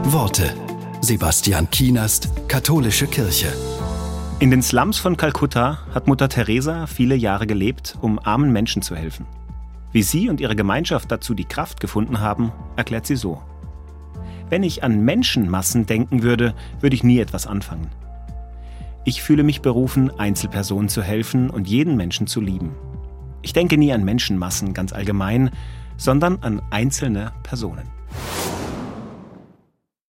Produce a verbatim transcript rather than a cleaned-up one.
Worte. Sebastian Kienast, Katholische Kirche. In den Slums von Kalkutta hat Mutter Teresa viele Jahre gelebt, um armen Menschen zu helfen. Wie sie und ihre Gemeinschaft dazu die Kraft gefunden haben, erklärt sie so. Wenn ich an Menschenmassen denken würde, würde ich nie etwas anfangen. Ich fühle mich berufen, Einzelpersonen zu helfen und jeden Menschen zu lieben. Ich denke nie an Menschenmassen ganz allgemein, sondern an einzelne Personen.